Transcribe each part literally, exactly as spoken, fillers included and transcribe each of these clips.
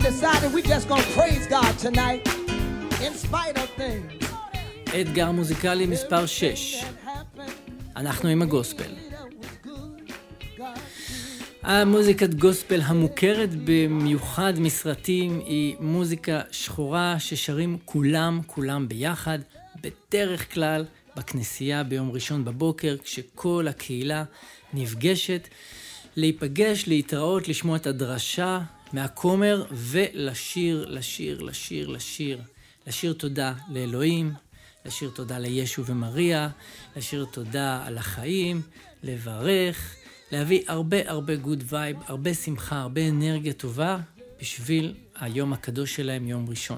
decided we just gonna praise God tonight in spite of things. אתגר מוזיקלי מספר שש. אנחנו עם הגוספל. המוזיקת גוספל המוכרת במיוחד מסרטים היא מוזיקה שחורה ששרים כולם כולם ביחד, בדרך כלל בכנסייה ביום ראשון בבוקר, כשכל הקהילה נפגשת להיפגש, להתראות, לשמוע את הדרשה מהכומר ולשיר, לשיר, לשיר, לשיר. לשיר תודה לאלוהים, לשיר תודה לישו ומריה, לשיר תודה על החיים, לברך, להביא הרבה הרבה גוד וייב, הרבה שמחה, הרבה אנרגיה טובה בשביל היום הקדוש שלהם, יום ראשון.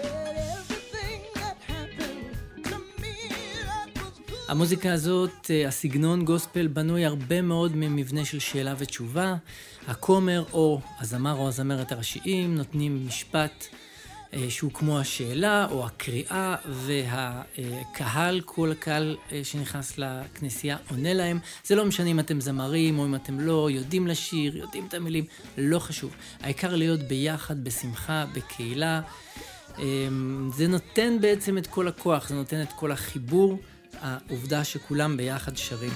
המוזיקה הזאת, הסגנון גוספל, בנוי הרבה מאוד ממבנה של שאלה ותשובה. הכומר או הזמר או הזמרת הראשיים נותנים משפט שהוא כמו השאלה או הקריאה, והקהל, כל הקהל שנכנס לכנסייה עונה להם. זה לא משנה אם אתם זמרים או אם אתם לא יודעים לשיר, יודעים את המילים, לא חשוב. העיקר להיות ביחד, בשמחה, בקהילה. זה נותן בעצם את כל הכוח, זה נותן את כל החיבור, העובדה שכולם ביחד שרים.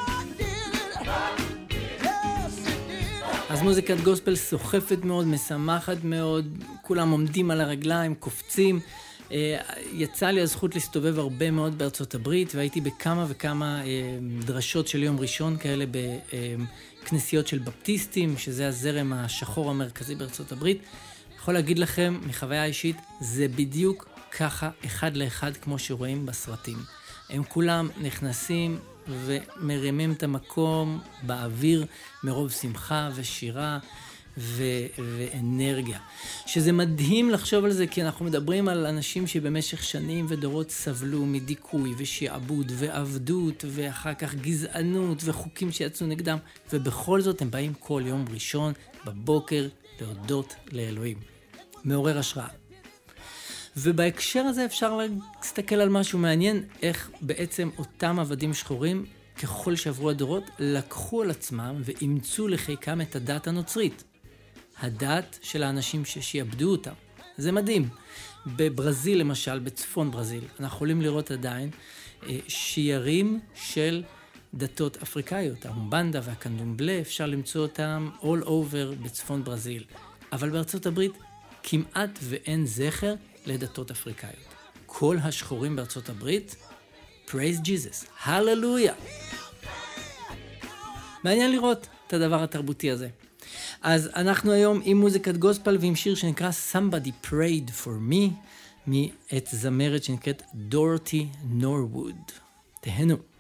אז מוזיקת גוספל סוחפת מאוד, משמחת מאוד, כולם עומדים על הרגליים, קופצים. יצא לי הזכות להסתובב הרבה מאוד בארצות הברית, והייתי בכמה וכמה דרשות של יום ראשון כאלה בכנסיות של בפטיסטים, שזה הזרם השחור המרכזי בארצות הברית. יכול להגיד לכם, מחוויה אישית, זה בדיוק ככה אחד לאחד כמו שרואים בסרטים. הם כולם נכנסים ומרימים את המקום באוויר מרוב שמחה ושירה ו- ואנרגיה. שזה מדהים לחשוב על זה, כי אנחנו מדברים על אנשים שבמשך שנים ודורות סבלו מדיכוי ושיעבוד ועבדות ואחר כך גזענות וחוקים שיצאו נגדם, ובכל זאת הם באים כל יום ראשון בבוקר להודות לאלוהים. מעורר השראה. ובהקשר הזה אפשר להסתכל על משהו מעניין, איך בעצם אותם עבדים שחורים, ככל שעברו הדורות, לקחו על עצמם ואימצו לחיקם את הדת הנוצרית. הדת של האנשים ששיעבדו אותם. זה מדהים. בברזיל למשל, בצפון ברזיל, אנחנו יכולים לראות עדיין שיירים של דתות אפריקאיות. האומבנדה והקנדומבלה, אפשר למצוא אותם all over בצפון ברזיל. אבל בארצות הברית כמעט ואין זכר לדתות אפריקאיות. כל השחורים בארצות הברית, praise Jesus, הללויה. מעניין לראות את הדבר התרבותי הזה. אז אנחנו היום עם מוזיקת גוספל ועם שיר שנקרא Somebody Prayed for Me, מאת זמרת שנקראת דורותי נורווד. תהנו.